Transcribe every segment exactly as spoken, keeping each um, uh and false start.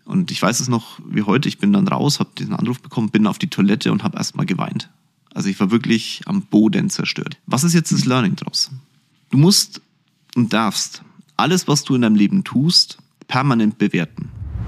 Und ich weiß es noch wie heute, ich bin dann raus, habe diesen Anruf bekommen, bin auf die Toilette und habe erstmal geweint. Also ich war wirklich am Boden zerstört. Was ist jetzt das Learning draus? Du musst und darfst alles, was du in deinem Leben tust, permanent bewerten.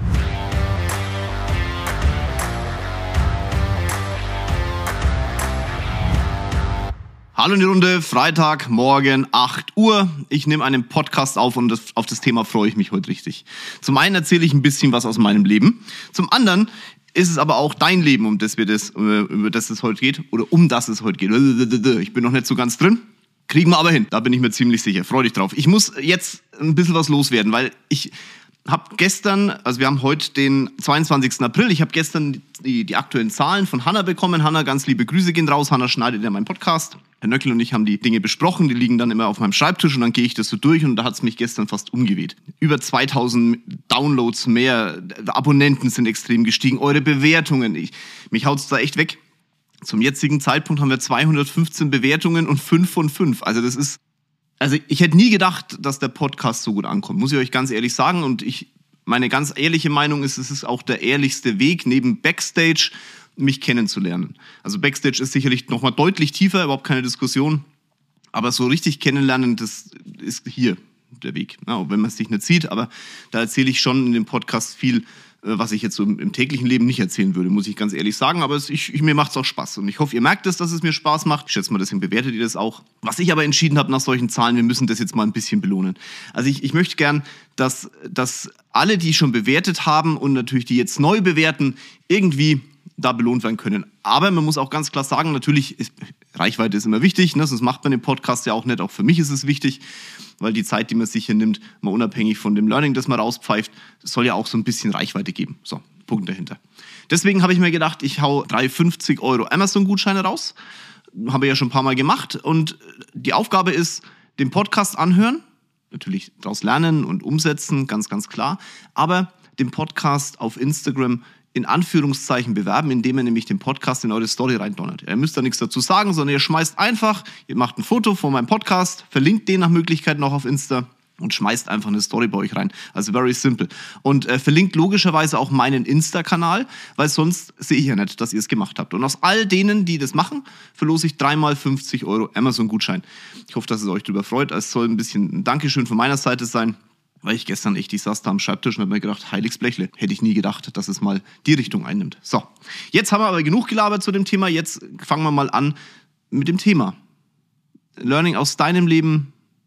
Hallo in die Runde, Freitag, morgen, acht Uhr. Ich nehme einen Podcast auf und das, auf das Thema freue ich mich heute richtig. Zum einen erzähle ich ein bisschen was aus meinem Leben. Zum anderen ist es aber auch dein Leben, um das wir das, über das es heute geht oder um das es heute geht. Ich bin noch nicht so ganz drin. Kriegen wir aber hin, da bin ich mir ziemlich sicher. Freu dich drauf. Ich muss jetzt ein bisschen was loswerden, weil ich habe gestern, also wir haben heute den zweiundzwanzigsten April, ich habe gestern die, die aktuellen Zahlen von Hanna bekommen. Hanna, ganz liebe Grüße gehen raus. Hanna schneidet ja meinen Podcast. Herr Nöckel und ich haben die Dinge besprochen, die liegen dann immer auf meinem Schreibtisch und dann gehe ich das so durch und da hat es mich gestern fast umgeweht. Über zweitausend Downloads mehr, Abonnenten sind extrem gestiegen, eure Bewertungen, ich, mich haut's da echt weg. Zum jetzigen Zeitpunkt haben wir zweihundertfünfzehn Bewertungen und fünf von fünf. Also das ist, also ich hätte nie gedacht, dass der Podcast so gut ankommt, muss ich euch ganz ehrlich sagen. Und ich, meine ganz ehrliche Meinung ist, es ist auch der ehrlichste Weg, neben Backstage mich kennenzulernen. Also Backstage ist sicherlich nochmal deutlich tiefer, überhaupt keine Diskussion. Aber so richtig kennenlernen, das ist hier der Weg. Ja, auch wenn man es sich nicht sieht, aber da erzähle ich schon in dem Podcast viel, was ich jetzt so im täglichen Leben nicht erzählen würde, muss ich ganz ehrlich sagen. Aber es, ich, ich, mir macht es auch Spaß. Und ich hoffe, ihr merkt es, dass es mir Spaß macht. Ich schätze mal, deswegen bewertet ihr das auch. Was ich aber entschieden habe nach solchen Zahlen, wir müssen das jetzt mal ein bisschen belohnen. Also ich, ich möchte gern, dass, dass alle, die schon bewertet haben und natürlich die jetzt neu bewerten, irgendwie da belohnt werden können. Aber man muss auch ganz klar sagen, natürlich, ist, Reichweite ist immer wichtig, ne? Sonst macht man den Podcast ja auch nicht. Auch für mich ist es wichtig, weil die Zeit, die man sich hier nimmt, mal unabhängig von dem Learning, das man rauspfeift, soll ja auch so ein bisschen Reichweite geben. So, Punkt dahinter. Deswegen habe ich mir gedacht, ich hau drei fünfzig Euro Amazon-Gutscheine raus. Habe ich ja schon ein paar Mal gemacht. Und die Aufgabe ist, den Podcast anhören, natürlich daraus lernen und umsetzen, ganz, ganz klar. Aber den Podcast auf Instagram in Anführungszeichen bewerben, indem ihr nämlich den Podcast in eure Story reindonnert. Ihr müsst da nichts dazu sagen, sondern ihr schmeißt einfach, ihr macht ein Foto von meinem Podcast, verlinkt den nach Möglichkeit noch auf Insta und schmeißt einfach eine Story bei euch rein. Also very simple. Und äh, verlinkt logischerweise auch meinen Insta-Kanal, weil sonst sehe ich ja nicht, dass ihr es gemacht habt. Und aus all denen, die das machen, verlose ich dreimal fünfzig Euro Amazon-Gutschein. Ich hoffe, dass es euch darüber freut. Es soll ein bisschen ein Dankeschön von meiner Seite sein. Weil ich gestern echt, ich saß da am Schreibtisch und habe mir gedacht, heiliges Blechle, hätte ich nie gedacht, dass es mal die Richtung einnimmt. So, jetzt haben wir aber genug gelabert zu dem Thema, jetzt fangen wir mal an mit dem Thema. Learning aus deinem Leben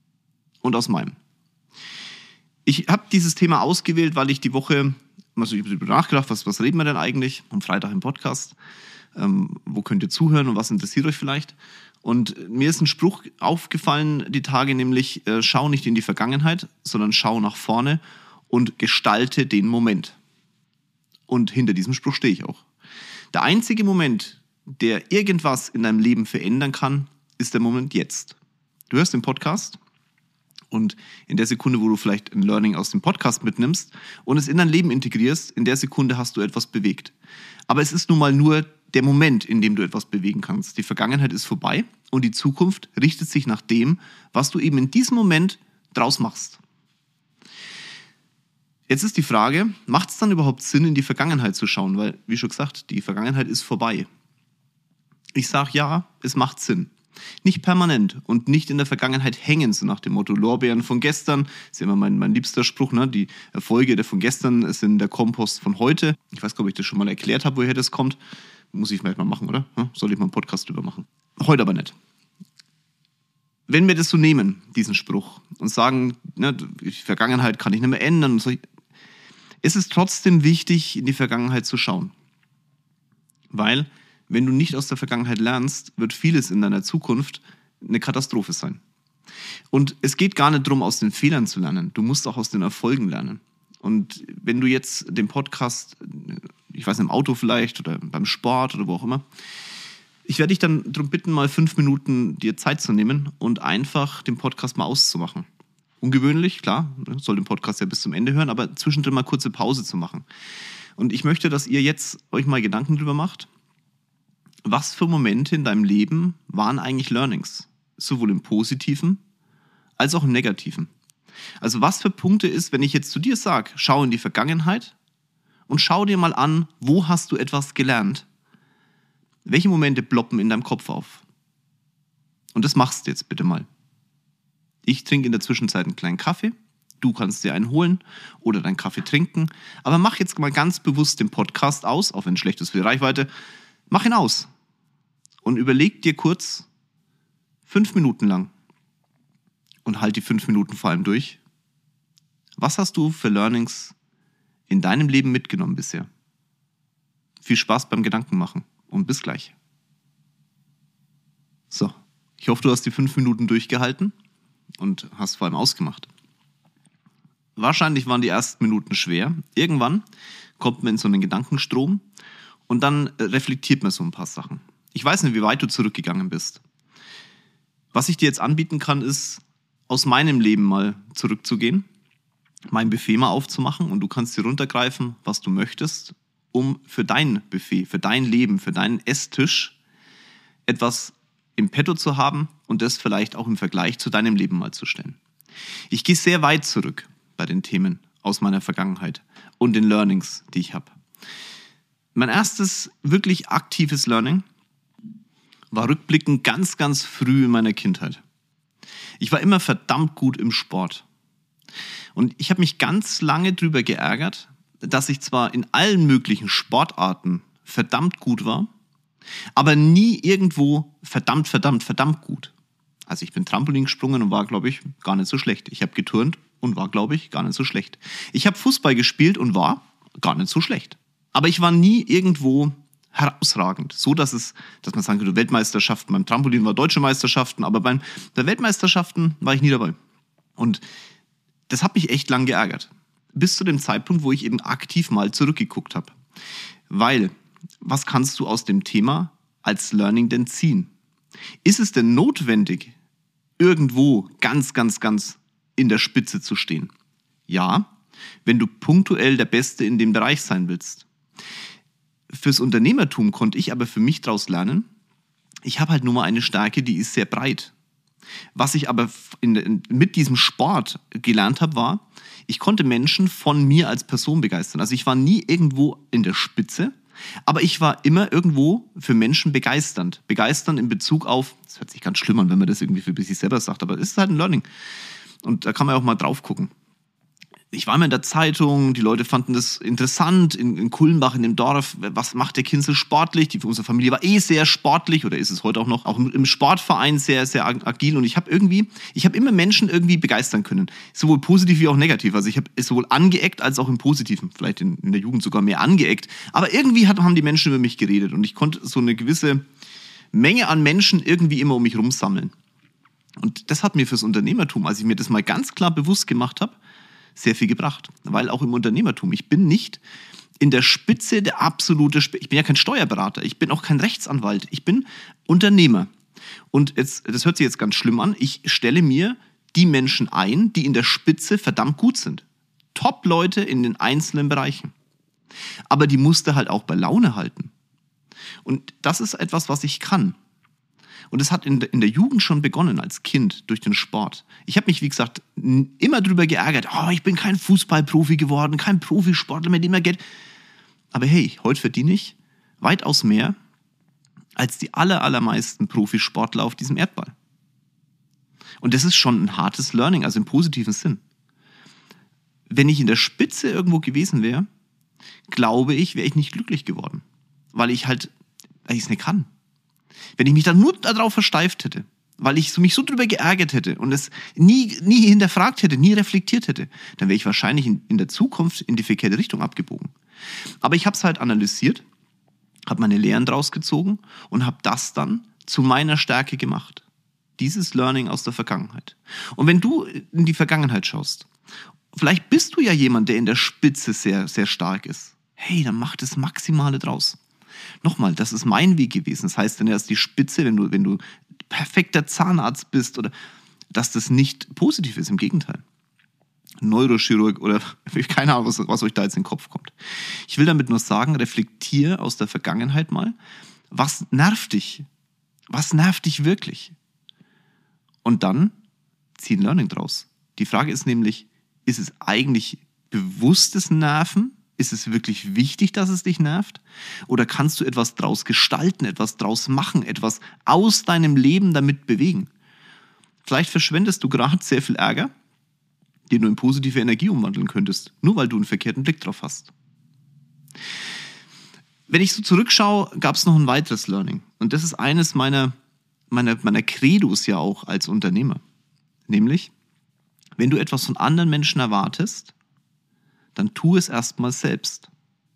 und aus meinem. Ich habe dieses Thema ausgewählt, weil ich die Woche, also ich habe darüber nachgedacht, was, was reden wir denn eigentlich am Freitag im Podcast? Ähm, wo könnt ihr zuhören und was interessiert euch vielleicht? Und mir ist ein Spruch aufgefallen die Tage, nämlich äh, schau nicht in die Vergangenheit, sondern schau nach vorne und gestalte den Moment. Und hinter diesem Spruch stehe ich auch. Der einzige Moment, der irgendwas in deinem Leben verändern kann, ist der Moment jetzt. Du hörst den Podcast und in der Sekunde, wo du vielleicht ein Learning aus dem Podcast mitnimmst und es in dein Leben integrierst, in der Sekunde hast du etwas bewegt. Aber es ist nun mal nur der Moment, in dem du etwas bewegen kannst. Die Vergangenheit ist vorbei und die Zukunft richtet sich nach dem, was du eben in diesem Moment draus machst. Jetzt ist die Frage, macht es dann überhaupt Sinn, in die Vergangenheit zu schauen? Weil, wie schon gesagt, die Vergangenheit ist vorbei. Ich sage ja, es macht Sinn. Nicht permanent und nicht in der Vergangenheit hängen, so nach dem Motto Lorbeeren von gestern. Das ist immer mein, mein liebster Spruch, ne? Die Erfolge der von gestern sind der Kompost von heute. Ich weiß gar nicht, ob ich das schon mal erklärt habe, woher das kommt. Muss ich vielleicht mal machen, oder? Soll ich mal einen Podcast drüber machen? Heute aber nicht. Wenn wir das so nehmen, diesen Spruch, und sagen, ne, die Vergangenheit kann ich nicht mehr ändern, so, ist es trotzdem wichtig, in die Vergangenheit zu schauen. Weil, wenn du nicht aus der Vergangenheit lernst, wird vieles in deiner Zukunft eine Katastrophe sein. Und es geht gar nicht darum, aus den Fehlern zu lernen. Du musst auch aus den Erfolgen lernen. Und wenn du jetzt den Podcast, ich weiß nicht, im Auto vielleicht oder beim Sport oder wo auch immer, ich werde dich dann darum bitten, mal fünf Minuten dir Zeit zu nehmen und einfach den Podcast mal auszumachen. Ungewöhnlich, klar, soll den Podcast ja bis zum Ende hören, aber zwischendrin mal kurze Pause zu machen. Und ich möchte, dass ihr jetzt euch mal Gedanken drüber macht, was für Momente in deinem Leben waren eigentlich Learnings? Sowohl im Positiven als auch im Negativen. Also was für Punkte ist, wenn ich jetzt zu dir sage, schau in die Vergangenheit und schau dir mal an, wo hast du etwas gelernt? Welche Momente ploppen in deinem Kopf auf? Und das machst du jetzt bitte mal. Ich trinke in der Zwischenzeit einen kleinen Kaffee. Du kannst dir einen holen oder deinen Kaffee trinken. Aber mach jetzt mal ganz bewusst den Podcast aus, auch wenn es schlecht ist für die Reichweite. Mach ihn aus und überleg dir kurz fünf Minuten lang und halt die fünf Minuten vor allem durch. Was hast du für Learnings in deinem Leben mitgenommen bisher? Viel Spaß beim Gedankenmachen und bis gleich. So, ich hoffe, du hast die fünf Minuten durchgehalten und hast vor allem ausgemacht. Wahrscheinlich waren die ersten Minuten schwer. Irgendwann kommt man in so einen Gedankenstrom und dann reflektiert man so ein paar Sachen. Ich weiß nicht, wie weit du zurückgegangen bist. Was ich dir jetzt anbieten kann, ist, aus meinem Leben mal zurückzugehen, mein Buffet mal aufzumachen und du kannst dir runtergreifen, was du möchtest, um für dein Buffet, für dein Leben, für deinen Esstisch etwas im Petto zu haben und das vielleicht auch im Vergleich zu deinem Leben mal zu stellen. Ich gehe sehr weit zurück bei den Themen aus meiner Vergangenheit und den Learnings, die ich habe. Mein erstes wirklich aktives Learning war rückblickend ganz, ganz früh in meiner Kindheit. Ich war immer verdammt gut im Sport. Und ich habe mich ganz lange darüber geärgert, dass ich zwar in allen möglichen Sportarten verdammt gut war, aber nie irgendwo verdammt, verdammt, verdammt gut. Also ich bin Trampolin gesprungen und war, glaube ich, gar nicht so schlecht. Ich habe geturnt und war, glaube ich, gar nicht so schlecht. Ich habe Fußball gespielt und war gar nicht so schlecht. Aber ich war nie irgendwo herausragend, so dass es, dass man sagen könnte, Weltmeisterschaften, beim Trampolin war deutsche Meisterschaften, aber bei der Weltmeisterschaften war ich nie dabei. Und das hat mich echt lang geärgert. Bis zu dem Zeitpunkt, wo ich eben aktiv mal zurückgeguckt habe. Weil, was kannst du aus dem Thema als Learning denn ziehen? Ist es denn notwendig, irgendwo ganz, ganz, ganz in der Spitze zu stehen? Ja, wenn du punktuell der Beste in dem Bereich sein willst. Fürs Unternehmertum konnte ich aber für mich daraus lernen, ich habe halt nur mal eine Stärke, die ist sehr breit. Was ich aber in, in, mit diesem Sport gelernt habe, war, ich konnte Menschen von mir als Person begeistern. Also ich war nie irgendwo in der Spitze, aber ich war immer irgendwo für Menschen begeisternd. Begeisternd in Bezug auf, das hört sich ganz schlimm an, wenn man das irgendwie für sich selber sagt, aber es ist halt ein Learning. Und da kann man auch mal drauf gucken. Ich war immer in der Zeitung, die Leute fanden das interessant, in, in Kulmbach, in dem Dorf, was macht der Kinzel sportlich? Die, unsere Familie war eh sehr sportlich oder ist es heute auch noch, auch im, im Sportverein sehr, sehr agil und ich habe irgendwie, ich habe immer Menschen irgendwie begeistern können, sowohl positiv wie auch negativ, also ich habe es sowohl angeeckt als auch im Positiven, vielleicht in, in der Jugend sogar mehr angeeckt, aber irgendwie hat, haben die Menschen über mich geredet und ich konnte so eine gewisse Menge an Menschen irgendwie immer um mich rumsammeln. Und das hat mir fürs Unternehmertum, als ich mir das mal ganz klar bewusst gemacht habe, sehr viel gebracht, weil auch im Unternehmertum, ich bin nicht in der Spitze der absolute Spitze, ich bin ja kein Steuerberater, ich bin auch kein Rechtsanwalt, ich bin Unternehmer. Und jetzt, das hört sich jetzt ganz schlimm an, ich stelle mir die Menschen ein, die in der Spitze verdammt gut sind. Top-Leute in den einzelnen Bereichen. Aber die musst du halt auch bei Laune halten. Und das ist etwas, was ich kann. Und es hat in der Jugend schon begonnen, als Kind, durch den Sport. Ich habe mich, wie gesagt, immer drüber geärgert, oh, ich bin kein Fußballprofi geworden, kein Profisportler, mit dem mehr Geld. Aber hey, heute verdiene ich weitaus mehr als die aller, allermeisten Profisportler auf diesem Erdball. Und das ist schon ein hartes Learning, also im positiven Sinn. Wenn ich in der Spitze irgendwo gewesen wäre, glaube ich, wäre ich nicht glücklich geworden. Weil ich halt, weil ich es nicht kann. Wenn ich mich dann nur darauf versteift hätte, weil ich mich so drüber geärgert hätte und es nie, nie hinterfragt hätte, nie reflektiert hätte, dann wäre ich wahrscheinlich in, in der Zukunft in die verkehrte Richtung abgebogen. Aber ich habe es halt analysiert, habe meine Lehren draus gezogen und habe das dann zu meiner Stärke gemacht. Dieses Learning aus der Vergangenheit. Und wenn du in die Vergangenheit schaust, vielleicht bist du ja jemand, der in der Spitze sehr, sehr stark ist. Hey, dann mach das Maximale draus. Nochmal, das ist mein Weg gewesen. Das heißt dann erst die Spitze, wenn du, wenn du perfekter Zahnarzt bist oder dass das nicht positiv ist, im Gegenteil. Neurochirurg oder keine Ahnung, was, was euch da jetzt in den Kopf kommt. Ich will damit nur sagen, reflektier aus der Vergangenheit mal, was nervt dich? Was nervt dich wirklich? Und dann zieh ein Learning draus. Die Frage ist nämlich, ist es eigentlich bewusstes Nerven Ist es wirklich wichtig, dass es dich nervt? Oder kannst du etwas draus gestalten, etwas draus machen, etwas aus deinem Leben damit bewegen? Vielleicht verschwendest du gerade sehr viel Ärger, den du in positive Energie umwandeln könntest, nur weil du einen verkehrten Blick drauf hast. Wenn ich so zurückschaue, gab es noch ein weiteres Learning. Und das ist eines meiner, meiner, meiner Credos ja auch als Unternehmer. Nämlich, wenn du etwas von anderen Menschen erwartest, dann tu es erstmal selbst.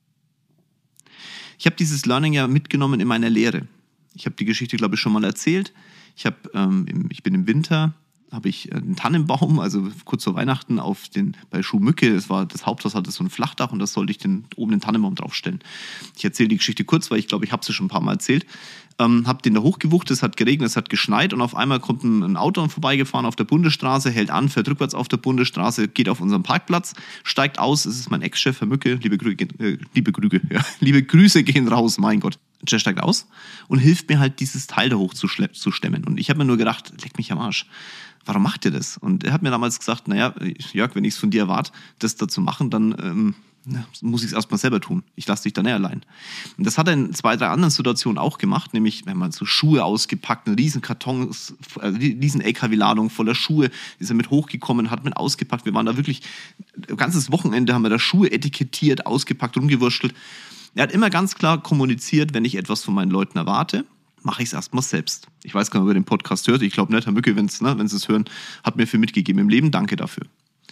Ich habe dieses Learning ja mitgenommen in meiner Lehre. Ich habe die Geschichte, glaube ich, schon mal erzählt. Ich, hab, ähm, im, ich bin im Winter, habe ich einen Tannenbaum, also kurz vor Weihnachten, auf den, bei Schuhmücke, das, war, das Haupthaus hatte so ein Flachdach und da sollte ich den, oben den Tannenbaum draufstellen. Ich erzähle die Geschichte kurz, weil ich glaube, ich habe sie schon ein paar Mal erzählt. Ähm, habe den da hochgewuchtet, es hat geregnet, es hat geschneit und auf einmal kommt ein, ein Auto vorbeigefahren auf der Bundesstraße, hält an, fährt rückwärts auf der Bundesstraße, geht auf unseren Parkplatz, steigt aus, es ist mein Ex-Chef, Herr Mücke, liebe, Grü äh, liebe, Grüge, ja, liebe Grüße gehen raus, mein Gott. Der steigt aus und hilft mir halt, dieses Teil da hoch zu, zu stemmen. Und ich habe mir nur gedacht, leck mich am Arsch. Warum macht ihr das? Und er hat mir damals gesagt, naja, Jörg, wenn ich es von dir erwarte, das da zu machen, dann ähm, muss ich es erstmal selber tun. Ich lasse dich da nicht allein. Und das hat er in zwei, drei anderen Situationen auch gemacht, nämlich, wenn man so Schuhe ausgepackt, einen riesen Kartons, äh, riesen L K W-Ladung voller Schuhe, ist er mit hochgekommen, hat mit ausgepackt. Wir waren da wirklich, ein ganzes Wochenende haben wir da Schuhe etikettiert, ausgepackt, rumgewurschtelt. Er hat immer ganz klar kommuniziert, wenn ich etwas von meinen Leuten erwarte, mache ich es erstmal selbst. Ich weiß gar nicht, ob ihr den Podcast hört. Ich glaube nicht, Herr Mücke, wenn Sie ne, es hören, hat mir viel mitgegeben im Leben. Danke dafür.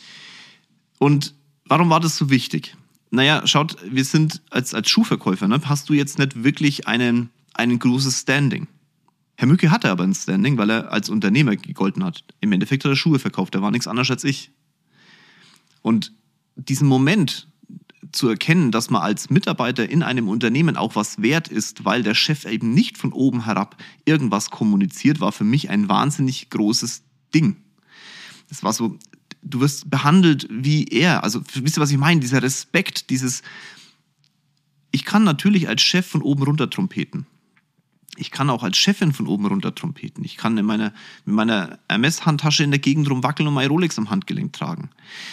Und warum war das so wichtig? Naja, schaut, wir sind als, als Schuhverkäufer, ne, hast du jetzt nicht wirklich einen, einen großes Standing. Herr Mücke hatte aber ein Standing, weil er als Unternehmer gegolten hat. Im Endeffekt hat er Schuhe verkauft, er war nichts anderes als ich. Und diesen Moment zu erkennen, dass man als Mitarbeiter in einem Unternehmen auch was wert ist, weil der Chef eben nicht von oben herab irgendwas kommuniziert, war für mich ein wahnsinnig großes Ding. Das war so, du wirst behandelt wie er. Also, wisst ihr, was ich meine? Dieser Respekt, dieses, ich kann natürlich als Chef von oben runter trompeten. Ich kann auch als Chefin von oben runter trompeten. Ich kann in meiner, mit meiner Hermes-Handtasche in der Gegend rumwackeln und meine Rolex am Handgelenk tragen.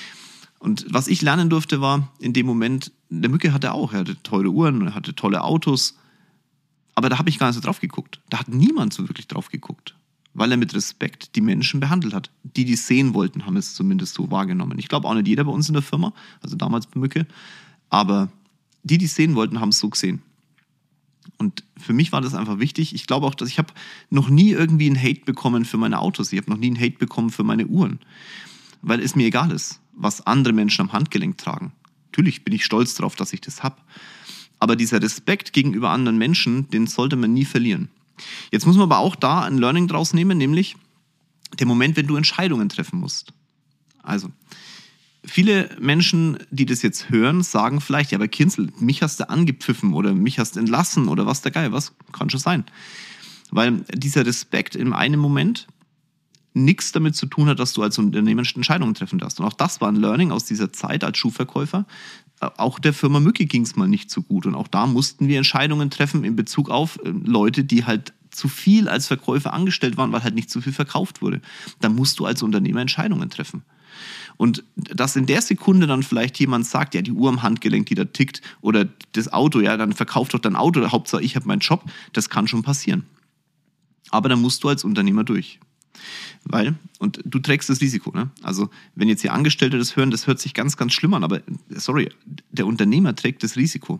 Und was ich lernen durfte, war in dem Moment, der Mücke hatte auch, er hatte teure Uhren, er hatte tolle Autos, aber da habe ich gar nicht so drauf geguckt. Da hat niemand so wirklich drauf geguckt, weil er mit Respekt die Menschen behandelt hat. Die, die es sehen wollten, haben es zumindest so wahrgenommen. Ich glaube auch nicht jeder bei uns in der Firma, also damals bei Mücke, aber die, die es sehen wollten, haben es so gesehen. Und für mich war das einfach wichtig. Ich glaube auch, dass ich habe noch nie irgendwie einen Hate bekommen für meine Autos. Ich habe noch nie einen Hate bekommen für meine Uhren, weil es mir egal ist, was andere Menschen am Handgelenk tragen. Natürlich bin ich stolz darauf, dass ich das habe. Aber dieser Respekt gegenüber anderen Menschen, den sollte man nie verlieren. Jetzt muss man aber auch da ein Learning draus nehmen, nämlich der Moment, wenn du Entscheidungen treffen musst. Also, viele Menschen, die das jetzt hören, sagen vielleicht, ja, aber Kinzel, mich hast du angepfiffen oder mich hast entlassen oder was der Geil, was kann schon sein. Weil dieser Respekt in einem Moment nichts damit zu tun hat, dass du als Unternehmen Entscheidungen treffen darfst. Und auch das war ein Learning aus dieser Zeit als Schuhverkäufer. Auch der Firma Mücke ging es mal nicht so gut. Und auch da mussten wir Entscheidungen treffen in Bezug auf Leute, die halt zu viel als Verkäufer angestellt waren, weil halt nicht zu viel verkauft wurde. Da musst du als Unternehmer Entscheidungen treffen. Und dass in der Sekunde dann vielleicht jemand sagt, ja, die Uhr am Handgelenk, die da tickt, oder das Auto, ja, dann verkauf doch dein Auto, Hauptsache ich habe meinen Job, das kann schon passieren. Aber da musst du als Unternehmer durch. Weil, und du trägst das Risiko, ne? Also, wenn jetzt hier Angestellte das hören, das hört sich ganz, ganz schlimm an, aber sorry, der Unternehmer trägt das Risiko.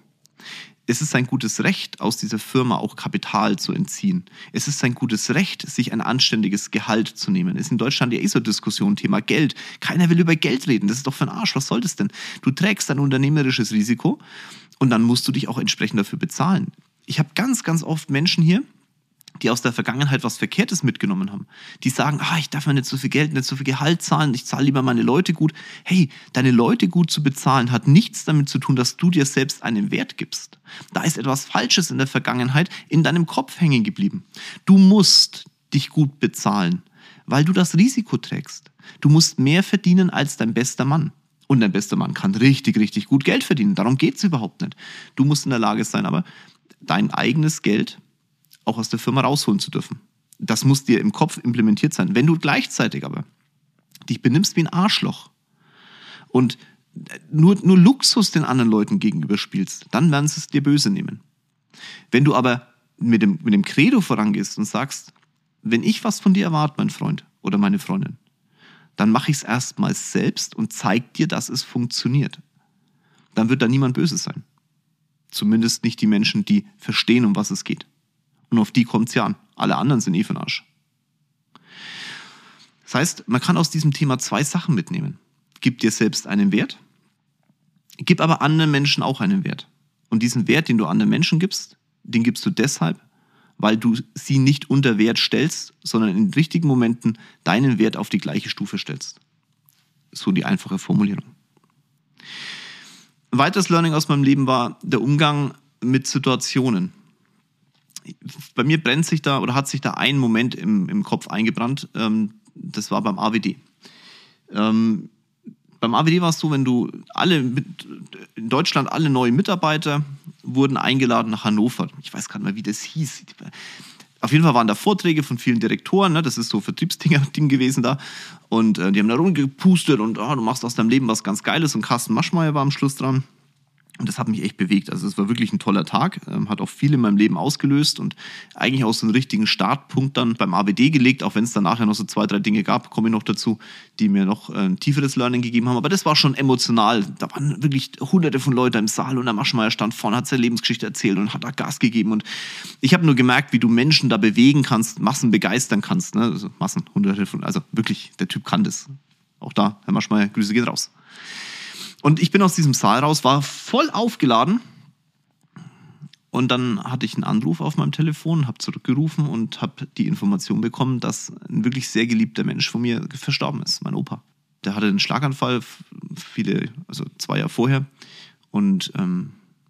Es ist sein gutes Recht, aus dieser Firma auch Kapital zu entziehen. Es ist sein gutes Recht, sich ein anständiges Gehalt zu nehmen. Ist in Deutschland ja eh so eine Diskussion, Thema Geld. Keiner will über Geld reden, das ist doch für einen Arsch, was soll das denn? Du trägst ein unternehmerisches Risiko und dann musst du dich auch entsprechend dafür bezahlen. Ich habe ganz, ganz oft Menschen hier, die aus der Vergangenheit was Verkehrtes mitgenommen haben. Die sagen, ah, ich darf mir nicht so viel Geld, nicht so viel Gehalt zahlen, ich zahle lieber meine Leute gut. Hey, deine Leute gut zu bezahlen hat nichts damit zu tun, dass du dir selbst einen Wert gibst. Da ist etwas Falsches in der Vergangenheit in deinem Kopf hängen geblieben. Du musst dich gut bezahlen, weil du das Risiko trägst. Du musst mehr verdienen als dein bester Mann. Und dein bester Mann kann richtig, richtig gut Geld verdienen. Darum geht es überhaupt nicht. Du musst in der Lage sein, aber dein eigenes Geld auch aus der Firma rausholen zu dürfen. Das muss dir im Kopf implementiert sein. Wenn du gleichzeitig aber dich benimmst wie ein Arschloch und nur, nur Luxus den anderen Leuten gegenüber spielst, dann werden sie es dir böse nehmen. Wenn du aber mit dem, mit dem Credo vorangehst und sagst, wenn ich was von dir erwarte, mein Freund oder meine Freundin, dann mache ich es erstmal selbst und zeig dir, dass es funktioniert. Dann wird da niemand böse sein. Zumindest nicht die Menschen, die verstehen, um was es geht. Und auf die kommt es ja an. Alle anderen sind eh für den Arsch. Das heißt, man kann aus diesem Thema zwei Sachen mitnehmen. Gib dir selbst einen Wert, gib aber anderen Menschen auch einen Wert. Und diesen Wert, den du anderen Menschen gibst, den gibst du deshalb, weil du sie nicht unter Wert stellst, sondern in richtigen Momenten deinen Wert auf die gleiche Stufe stellst. So die einfache Formulierung. Ein weiteres Learning aus meinem Leben war der Umgang mit Situationen. Bei mir brennt sich da oder hat sich da ein Moment im, im Kopf eingebrannt. Ähm, das war beim A W D. Ähm, beim A W D war es so, wenn du alle mit, in Deutschland alle neuen Mitarbeiter wurden eingeladen nach Hannover. Ich weiß gar nicht mehr, wie das hieß. Auf jeden Fall waren da Vorträge von vielen Direktoren, ne? Das ist so Vertriebsding gewesen da. Und äh, die haben da rumgepustet und oh, du machst aus deinem Leben was ganz Geiles. Und Carsten Maschmeyer war am Schluss dran. Und das hat mich echt bewegt. Also es war wirklich ein toller Tag, ähm, hat auch viel in meinem Leben ausgelöst und eigentlich auch so einen richtigen Startpunkt dann beim A W D gelegt, auch wenn es dann nachher noch so zwei, drei Dinge gab, komme ich noch dazu, die mir noch äh, ein tieferes Learning gegeben haben. Aber das war schon emotional. Da waren wirklich hunderte von Leuten im Saal und der Maschmeyer stand vorne, hat seine Lebensgeschichte erzählt und hat da Gas gegeben. Und ich habe nur gemerkt, wie du Menschen da bewegen kannst, Massen begeistern kannst. Ne? Also Massen, hunderte von, also wirklich, der Typ kann das. Auch da, Herr Maschmeyer, Grüße gehen raus. Und ich bin aus diesem Saal raus, war voll aufgeladen und dann hatte ich einen Anruf auf meinem Telefon, habe zurückgerufen und habe die Information bekommen, dass ein wirklich sehr geliebter Mensch von mir verstorben ist, mein Opa. Der hatte einen Schlaganfall, viele, also zwei Jahre vorher und ähm,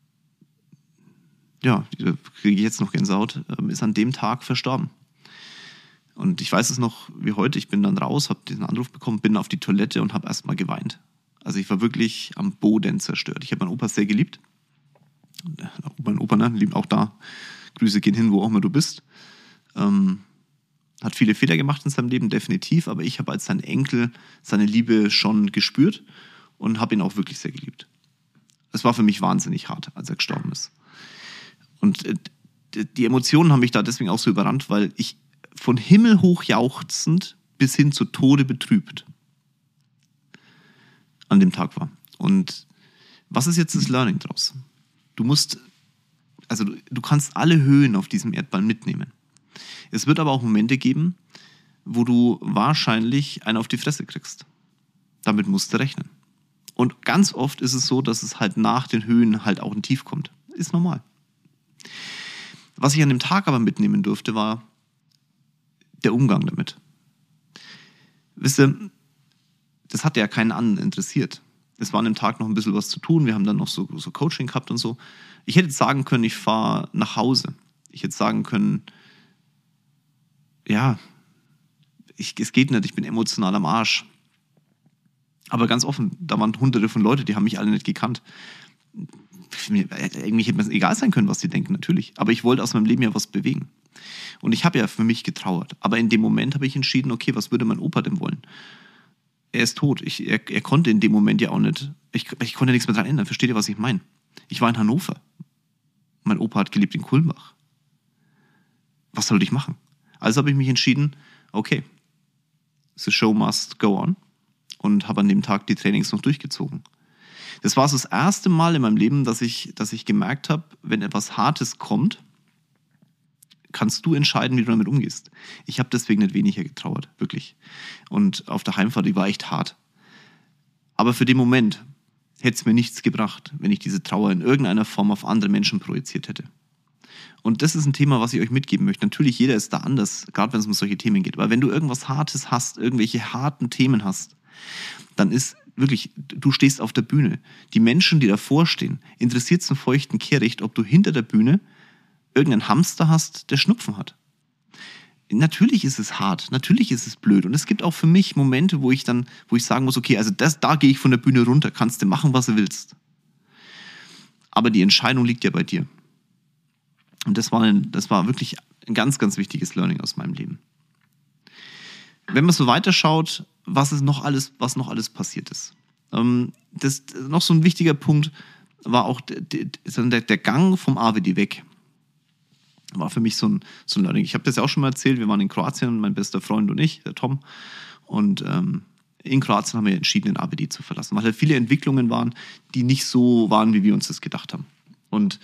ja, da kriege ich jetzt noch Gänsehaut, ähm, ist an dem Tag verstorben. Und ich weiß es noch wie heute, ich bin dann raus, habe diesen Anruf bekommen, bin auf die Toilette und habe erstmal geweint. Also ich war wirklich am Boden zerstört. Ich habe meinen Opa sehr geliebt. Mein Opa, ne, liebt auch da. Grüße gehen hin, wo auch immer du bist. Ähm, hat viele Fehler gemacht in seinem Leben, definitiv. Aber ich habe als sein Enkel seine Liebe schon gespürt und habe ihn auch wirklich sehr geliebt. Es war für mich wahnsinnig hart, als er gestorben ist. Und äh, die Emotionen haben mich da deswegen auch so überrannt, weil ich von Himmel hoch jauchzend bis hin zu Tode betrübt an dem Tag war. Und was ist jetzt das Learning draus? Du musst, also du, du kannst alle Höhen auf diesem Erdball mitnehmen. Es wird aber auch Momente geben, wo du wahrscheinlich einen auf die Fresse kriegst. Damit musst du rechnen. Und ganz oft ist es so, dass es halt nach den Höhen halt auch ein Tief kommt. Ist normal. Was ich an dem Tag aber mitnehmen durfte, war der Umgang damit. Wisst ihr, das hat ja keinen anderen interessiert. Es war an dem Tag noch ein bisschen was zu tun. Wir haben dann noch so, so Coaching gehabt und so. Ich hätte jetzt sagen können, ich fahre nach Hause. Ich hätte sagen können, ja, ich, es geht nicht, ich bin emotional am Arsch. Aber ganz offen, da waren hunderte von Leuten, die haben mich alle nicht gekannt. Irgendwie hätte mir egal sein können, was die denken, natürlich. Aber ich wollte aus meinem Leben ja was bewegen. Und ich habe ja für mich getrauert. Aber in dem Moment habe ich entschieden, okay, was würde mein Opa denn wollen? Er ist tot. Ich, er, er konnte in dem Moment ja auch nicht, ich, ich konnte nichts mehr daran ändern. Versteht ihr, was ich meine? Ich war in Hannover. Mein Opa hat gelebt in Kulmbach. Was soll ich machen? Also habe ich mich entschieden, okay, the show must go on. Und habe an dem Tag die Trainings noch durchgezogen. Das war so das erste Mal in meinem Leben, dass ich, dass ich gemerkt habe, wenn etwas Hartes kommt, kannst du entscheiden, wie du damit umgehst. Ich habe deswegen nicht weniger getrauert, wirklich. Und auf der Heimfahrt, die war echt hart. Aber für den Moment hätte es mir nichts gebracht, wenn ich diese Trauer in irgendeiner Form auf andere Menschen projiziert hätte. Und das ist ein Thema, was ich euch mitgeben möchte. Natürlich, jeder ist da anders, gerade wenn es um solche Themen geht. Aber wenn du irgendwas Hartes hast, irgendwelche harten Themen hast, dann ist wirklich, du stehst auf der Bühne. Die Menschen, die davor stehen, interessiert es einen feuchten Kehricht, ob du hinter der Bühne irgendeinen Hamster hast, der Schnupfen hat. Natürlich ist es hart, natürlich ist es blöd. Und es gibt auch für mich Momente, wo ich dann, wo ich sagen muss, okay, also das, da gehe ich von der Bühne runter, kannst du machen, was du willst. Aber die Entscheidung liegt ja bei dir. Und das war, ein, das war wirklich ein ganz, ganz wichtiges Learning aus meinem Leben. Wenn man so weiterschaut, was ist noch alles, was noch alles passiert ist. Ähm, das, noch so ein wichtiger Punkt war auch der, der, der Gang vom A W D weg. War für mich so ein, so ein Learning. Ich habe das ja auch schon mal erzählt, wir waren in Kroatien, mein bester Freund und ich, der Tom. Und ähm, in Kroatien haben wir entschieden, den A W D zu verlassen, weil halt viele Entwicklungen waren, die nicht so waren, wie wir uns das gedacht haben. Und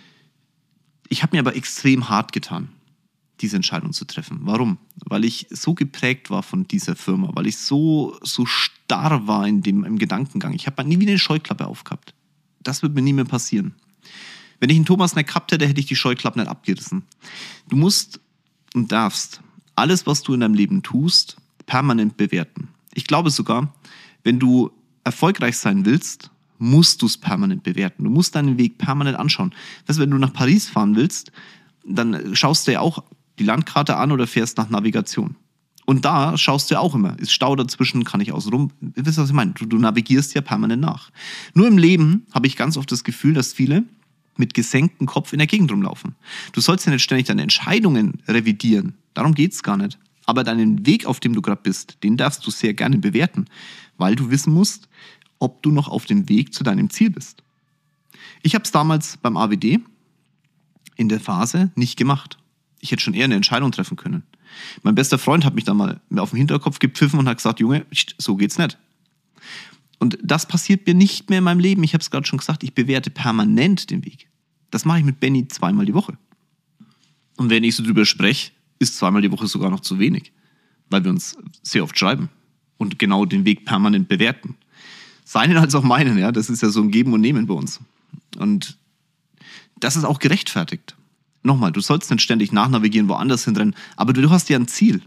ich habe mir aber extrem hart getan, diese Entscheidung zu treffen. Warum? Weil ich so geprägt war von dieser Firma, weil ich so, so starr war in dem, im Gedankengang. Ich habe nie wieder eine Scheuklappe aufgehabt. Das wird mir nie mehr passieren. Wenn ich einen Thomas nicht gehabt hätte, hätte ich die Scheuklappe nicht abgerissen. Du musst und darfst alles, was du in deinem Leben tust, permanent bewerten. Ich glaube sogar, wenn du erfolgreich sein willst, musst du es permanent bewerten. Du musst deinen Weg permanent anschauen. Weißt du, wenn du nach Paris fahren willst, dann schaust du ja auch die Landkarte an oder fährst nach Navigation. Und da schaust du ja auch immer, ist Stau dazwischen, kann ich außen rum. Wisst ihr, was ich meine? Du, du navigierst ja permanent nach. Nur im Leben habe ich ganz oft das Gefühl, dass viele mit gesenktem Kopf in der Gegend rumlaufen. Du sollst ja nicht ständig deine Entscheidungen revidieren. Darum geht's gar nicht. Aber deinen Weg, auf dem du gerade bist, den darfst du sehr gerne bewerten, weil du wissen musst, ob du noch auf dem Weg zu deinem Ziel bist. Ich habe es damals beim A W D in der Phase nicht gemacht. Ich hätte schon eher eine Entscheidung treffen können. Mein bester Freund hat mich dann mal auf den Hinterkopf gepfiffen und hat gesagt, Junge, so geht's nicht. Und das passiert mir nicht mehr in meinem Leben. Ich habe es gerade schon gesagt, ich bewerte permanent den Weg. Das mache ich mit Benny zweimal die Woche. Und wenn ich so drüber spreche, ist zweimal die Woche sogar noch zu wenig, weil wir uns sehr oft schreiben und genau den Weg permanent bewerten. Seinen als auch meinen, ja, das ist ja so ein Geben und Nehmen bei uns. Und das ist auch gerechtfertigt. Nochmal, du sollst nicht ständig nachnavigieren, woanders hinrennen, aber du hast ja ein Ziel.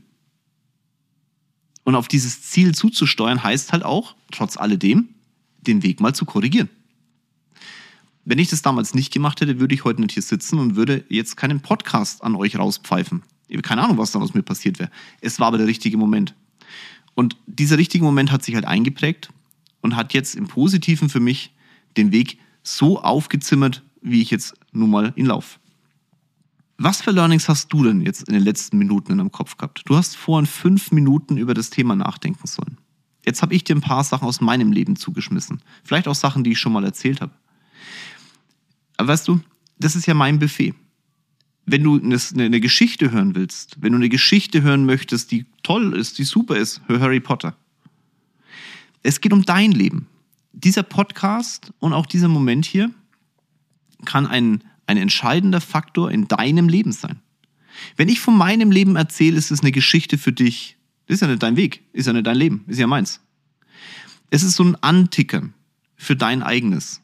Und auf dieses Ziel zuzusteuern heißt halt auch, trotz alledem, den Weg mal zu korrigieren. Wenn ich das damals nicht gemacht hätte, würde ich heute nicht hier sitzen und würde jetzt keinen Podcast an euch rauspfeifen. Ich habe keine Ahnung, was dann aus mir passiert wäre. Es war aber der richtige Moment. Und dieser richtige Moment hat sich halt eingeprägt und hat jetzt im Positiven für mich den Weg so aufgezimmert, wie ich jetzt nun mal ihn laufe. Was für Learnings hast du denn jetzt in den letzten Minuten in deinem Kopf gehabt? Du hast vorhin fünf Minuten über das Thema nachdenken sollen. Jetzt habe ich dir ein paar Sachen aus meinem Leben zugeschmissen. Vielleicht auch Sachen, die ich schon mal erzählt habe. Aber weißt du, das ist ja mein Buffet. Wenn du eine Geschichte hören willst, wenn du eine Geschichte hören möchtest, die toll ist, die super ist, hör Harry Potter. Es geht um dein Leben. Dieser Podcast und auch dieser Moment hier kann ein, ein entscheidender Faktor in deinem Leben sein. Wenn ich von meinem Leben erzähle, ist es eine Geschichte für dich. Das ist ja nicht dein Weg, ist ja nicht dein Leben, ist ja meins. Es ist so ein Antickern für dein eigenes.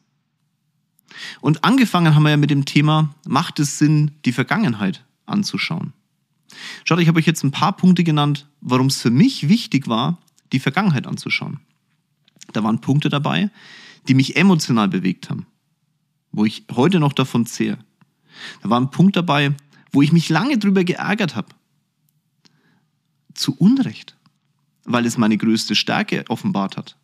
Und angefangen haben wir ja mit dem Thema, macht es Sinn, die Vergangenheit anzuschauen? Schaut, ich habe euch jetzt ein paar Punkte genannt, warum es für mich wichtig war, die Vergangenheit anzuschauen. Da waren Punkte dabei, die mich emotional bewegt haben, wo ich heute noch davon zehre. Da war ein Punkt dabei, wo ich mich lange drüber geärgert habe. Zu Unrecht, weil es meine größte Stärke offenbart hat.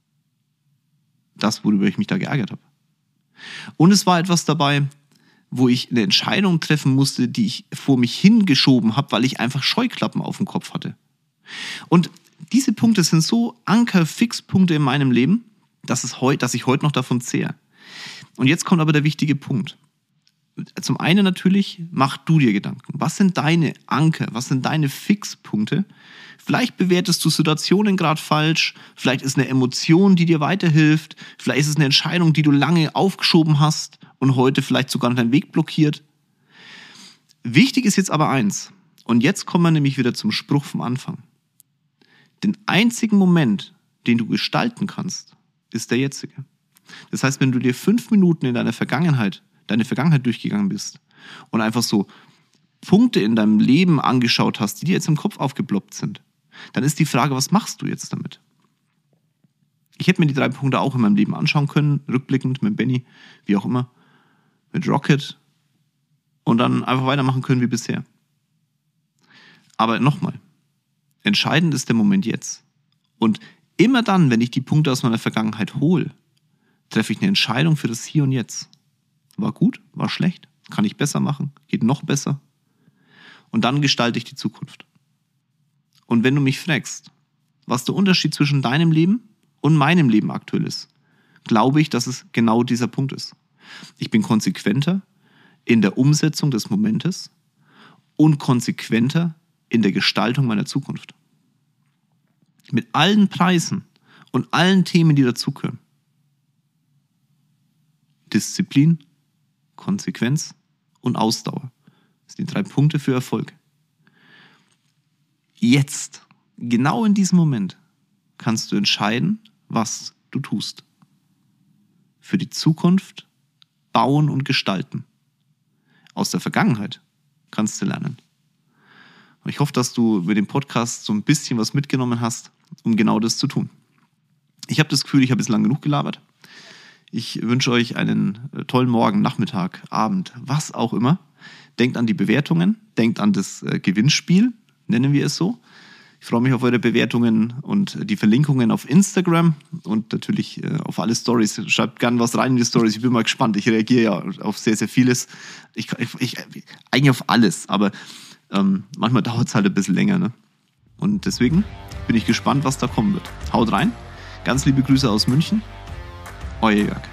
Das, worüber ich mich da geärgert habe. Und es war etwas dabei, wo ich eine Entscheidung treffen musste, die ich vor mich hingeschoben habe, weil ich einfach Scheuklappen auf dem Kopf hatte. Und diese Punkte sind so Anker-Fixpunkte in meinem Leben, dass, es heu- dass ich heute noch davon zehre. Und jetzt kommt aber der wichtige Punkt. Zum einen natürlich, mach du dir Gedanken. Was sind deine Anker? Was sind deine Fixpunkte? Vielleicht bewertest du Situationen gerade falsch. Vielleicht ist eine Emotion, die dir weiterhilft. Vielleicht ist es eine Entscheidung, die du lange aufgeschoben hast und heute vielleicht sogar noch deinen Weg blockiert. Wichtig ist jetzt aber eins. Und jetzt kommen wir nämlich wieder zum Spruch vom Anfang. Den einzigen Moment, den du gestalten kannst, ist der jetzige. Das heißt, wenn du dir fünf Minuten in deiner Vergangenheit deine Vergangenheit durchgegangen bist und einfach so Punkte in deinem Leben angeschaut hast, die dir jetzt im Kopf aufgeploppt sind, dann ist die Frage, was machst du jetzt damit? Ich hätte mir die drei Punkte auch in meinem Leben anschauen können, rückblickend mit Benny, wie auch immer, mit Rocket und dann einfach weitermachen können wie bisher. Aber nochmal, entscheidend ist der Moment jetzt. Und immer dann, wenn ich die Punkte aus meiner Vergangenheit hole, treffe ich eine Entscheidung für das Hier und Jetzt. War gut, war schlecht, kann ich besser machen, geht noch besser. Und dann gestalte ich die Zukunft. Und wenn du mich fragst, was der Unterschied zwischen deinem Leben und meinem Leben aktuell ist, glaube ich, dass es genau dieser Punkt ist. Ich bin konsequenter in der Umsetzung des Momentes und konsequenter in der Gestaltung meiner Zukunft. Mit allen Preisen und allen Themen, die dazugehören. Disziplin, Konsequenz und Ausdauer. Das sind die drei Punkte für Erfolg. Jetzt, genau in diesem Moment, kannst du entscheiden, was du tust. Für die Zukunft bauen und gestalten. Aus der Vergangenheit kannst du lernen. Und ich hoffe, dass du über den Podcast so ein bisschen was mitgenommen hast, um genau das zu tun. Ich habe das Gefühl, ich habe bislang genug gelabert. Ich wünsche euch einen tollen Morgen, Nachmittag, Abend, was auch immer. Denkt an die Bewertungen, denkt an das Gewinnspiel, nennen wir es so. Ich freue mich auf eure Bewertungen und die Verlinkungen auf Instagram und natürlich auf alle Stories. Schreibt gerne was rein in die Stories. Ich bin mal gespannt. Ich reagiere ja auf sehr, sehr vieles. Ich, ich, eigentlich auf alles, aber ähm, manchmal dauert es halt ein bisschen länger. Ne? Und deswegen bin ich gespannt, was da kommen wird. Haut rein. Ganz liebe Grüße aus München. Euer Jörg.